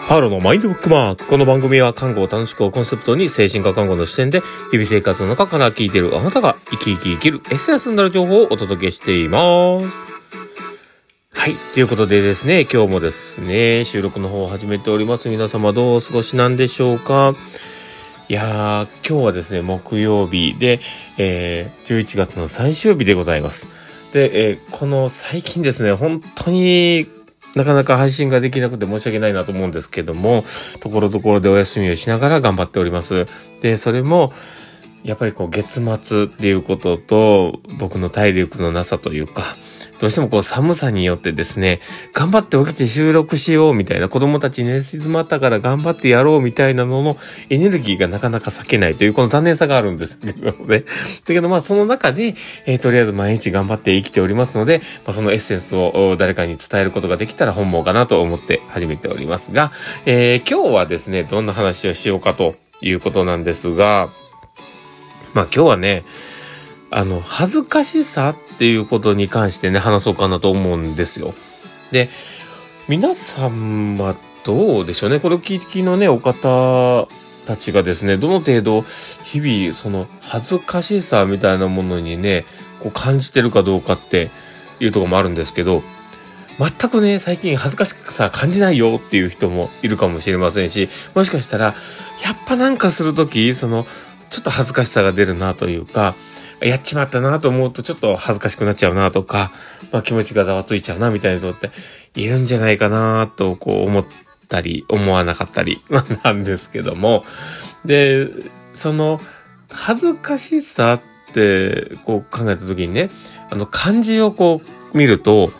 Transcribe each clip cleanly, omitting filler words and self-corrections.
パウロのマインドブックマーク。この番組は看護を楽しくをコンセプトに精神科看護の視点で日々生活の中から聞いているあなたが生き生きるエッセンスになる情報をお届けしています。はい。ということでですね、今日もですね、収録の方を始めております。皆様どうお過ごしなんでしょうか。いやー、今日はですね、木曜日で、11月の最終日でございます。で、この最近ですね、本当になかなか配信ができなくて申し訳ないなと思うんですけども、ところどころでお休みをしながら頑張っております。で、それも、やっぱり月末っていうことと、僕の体力のなさというか、どうしても寒さによってですね、頑張って起きて収録しようみたいな、子供たち寝静まったから頑張ってやろうみたいなののエネルギーがなかなか避けないというこの残念さがあるんですけどね。だけどその中で、とりあえず毎日頑張って生きておりますので、そのエッセンスを誰かに伝えることができたら本望かなと思って始めておりますが、今日はですね、どんな話をしようかということなんですが、今日はね、恥ずかしさっていうことに関してね、話そうかなと思うんですよ。で、皆さんはどうでしょうね。これを聞きのね、お方たちがですね、どの程度、日々、その恥ずかしさみたいなものにね、感じてるかどうかっていうところもあるんですけど、全くね、最近恥ずかしさ感じないよっていう人もいるかもしれませんし、もしかしたら、やっぱなんかするとき、ちょっと恥ずかしさが出るなというか、やっちまったなと思うとちょっと恥ずかしくなっちゃうなとか、気持ちがざわついちゃうなみたいなことっているんじゃないかなと思ったり思わなかったりなんですけども、で、その恥ずかしさって考えたときにね、漢字を見ると、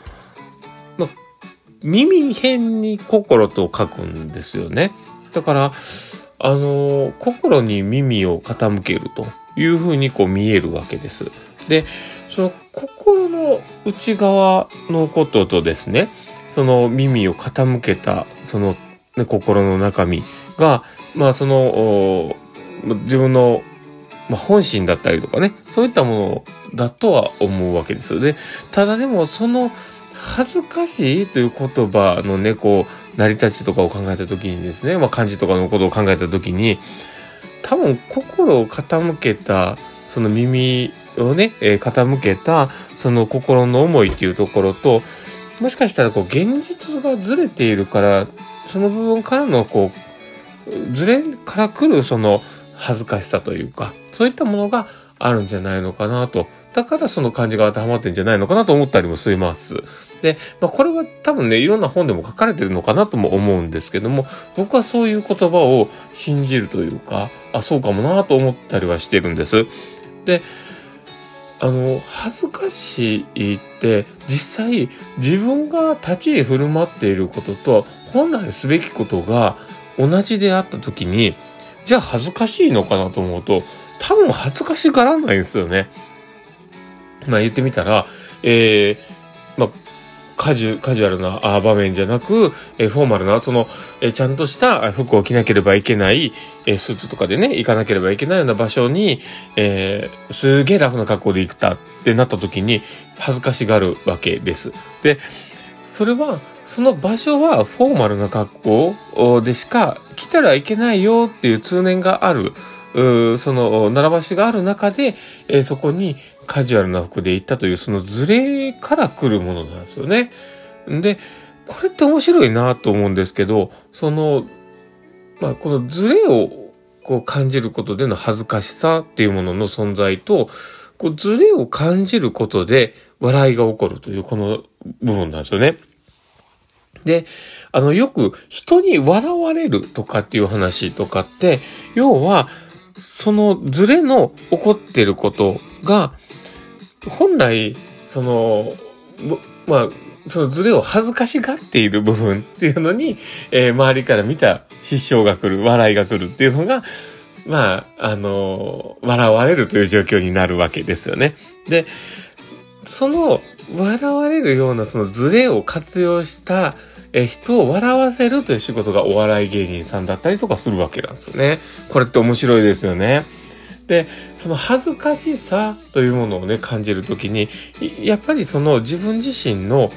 耳辺に心と書くんですよね。だから心に耳を傾けるというふうに見えるわけです。で、その心の内側のこととですね、その耳を傾けた心の中身が自分の本心だったりとかね、そういったものだとは思うわけです。で、ただでもその恥ずかしいという言葉のね、成り立ちとかを考えたときにですね、漢字とかのことを考えたときに、多分心を傾けた、その耳をね、傾けた、その心の思いっていうところと、もしかしたら現実がずれているから、その部分からのずれから来るその恥ずかしさというか、そういったものがあるんじゃないのかなと。だからその漢字が当てはまってんじゃないのかなと思ったりもします。で、これは多分ね、いろんな本でも書かれてるのかなとも思うんですけども、僕はそういう言葉を信じるというか、そうかもなと思ったりはしてるんです。で、恥ずかしいって実際自分が立ち居振る舞っていることと本来すべきことが同じであった時に、じゃあ恥ずかしいのかなと思うと、多分恥ずかしがらないんですよね。言ってみたら、カジュアルな場面じゃなく、フォーマルな、ちゃんとした服を着なければいけない、スーツとかでね、行かなければいけないような場所に、すげえラフな格好で行ったってなった時に、恥ずかしがるわけです。で、それは、その場所はフォーマルな格好でしか着たらいけないよっていう通念がある。習わしがある中で、そこにカジュアルな服で行ったというそのズレから来るものなんですよね。で、これって面白いなと思うんですけど、このズレを感じることでの恥ずかしさっていうものの存在と、ズレを感じることで笑いが起こるというこの部分なんですよね。で、よく人に笑われるとかっていう話とかって、要は、そのズレの起こってることが、本来、そのズレを恥ずかしがっている部分っていうのに、周りから見た失笑が来る、笑いが来るっていうのが、笑われるという状況になるわけですよね。で、その、笑われるようなそのズレを活用した人を笑わせるという仕事がお笑い芸人さんだったりとかするわけなんですよね。これって面白いですよね。で、その恥ずかしさというものをね、感じるときに、やっぱりその自分自身の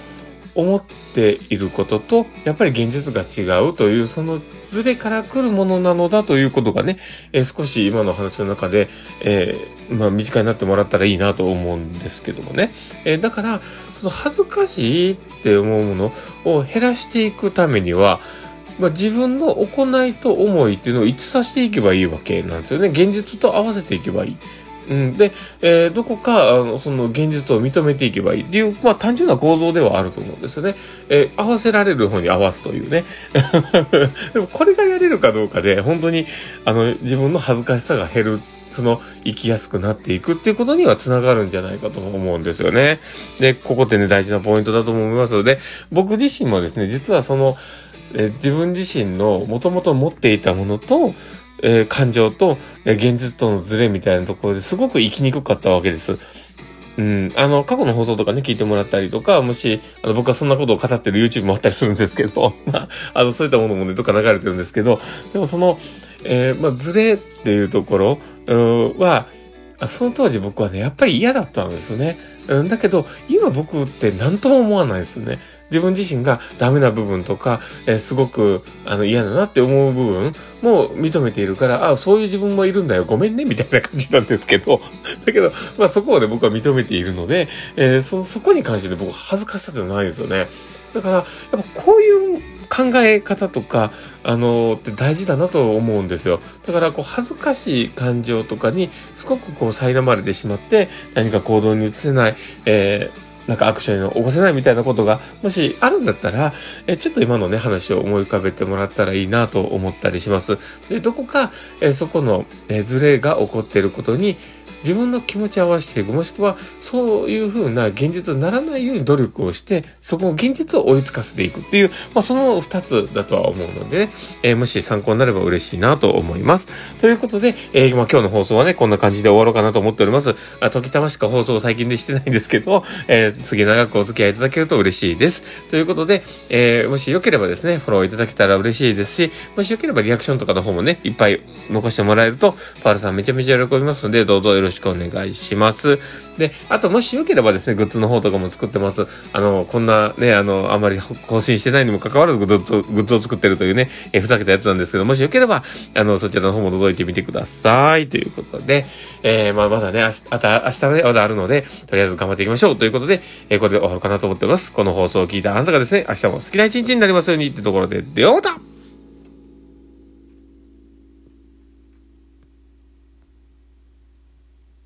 思っていることと、やっぱり現実が違うという、そのズレから来るものなのだということがね、少し今の話の中で、身近になってもらったらいいなと思うんですけどもね。だから、その恥ずかしいって思うものを減らしていくためには、自分の行いと思いっていうのを一致させていけばいいわけなんですよね。現実と合わせていけばいい。で、どこか、その現実を認めていけばいいっていう、単純な構造ではあると思うんですよね。合わせられる方に合わすというね。でもこれがやれるかどうかで、本当に、自分の恥ずかしさが減る。生きやすくなっていくっていうことにはつながるんじゃないかと思うんですよね。で、ここってね、大事なポイントだと思いますので、僕自身もですね、実は自分自身の元々持っていたものと、感情と、現実とのズレみたいなところですごく生きにくかったわけです。過去の放送とかね、聞いてもらったりとか、もし、僕はそんなことを語ってる YouTube もあったりするんですけど、そういったものもね、どっか流れてるんですけど、でもズレっていうところ、は、その当時僕はね、やっぱり嫌だったんですよね。だけど、今僕って何とも思わないですよね。自分自身がダメな部分とか、すごく嫌だなって思う部分も認めているから、そういう自分もいるんだよ、ごめんね、みたいな感じなんですけど、だけど、そこをね、僕は認めているので、そこに関して僕恥ずかしさじゃないですよね。だから、やっぱこういう考え方とか、って大事だなと思うんですよ。だから、恥ずかしい感情とかに、すごく苛まれてしまって、何か行動に移せない、アクションを起こせないみたいなことが、もしあるんだったら、ちょっと今のね、話を思い浮かべてもらったらいいなと思ったりします。で、どこか、そこの、ズレが起こっていることに、自分の気持ちを合わせていく、もしくは、そういう風な現実にならないように努力をして、そこの現実を追いつかせていくっていう、その二つだとは思うので、もし参考になれば嬉しいなと思います。ということで、今日の放送はね、こんな感じで終わろうかなと思っております。時たましか放送を最近でしてないんですけど、次長くお付き合いいただけると嬉しいです。ということで、もしよければですね、フォローいただけたら嬉しいですし、もしよければリアクションとかの方もね、いっぱい残してもらえると、パールさんめちゃめちゃ喜びますので、どうぞよろしくお願いします。で、あともしよければですね、グッズの方とかも作ってます。こんなね、あまり更新してないにもかかわらずグッズを作ってるというね、ふざけたやつなんですけど、もしよければ、そちらの方も覗いてみてください。ということで、まだね、明日ね、まだあるので、とりあえず頑張っていきましょう。ということで、これで終わるかなと思ってます。この放送を聞いたあなたがですね、明日も好きな一日になりますようにってところで、ではまた。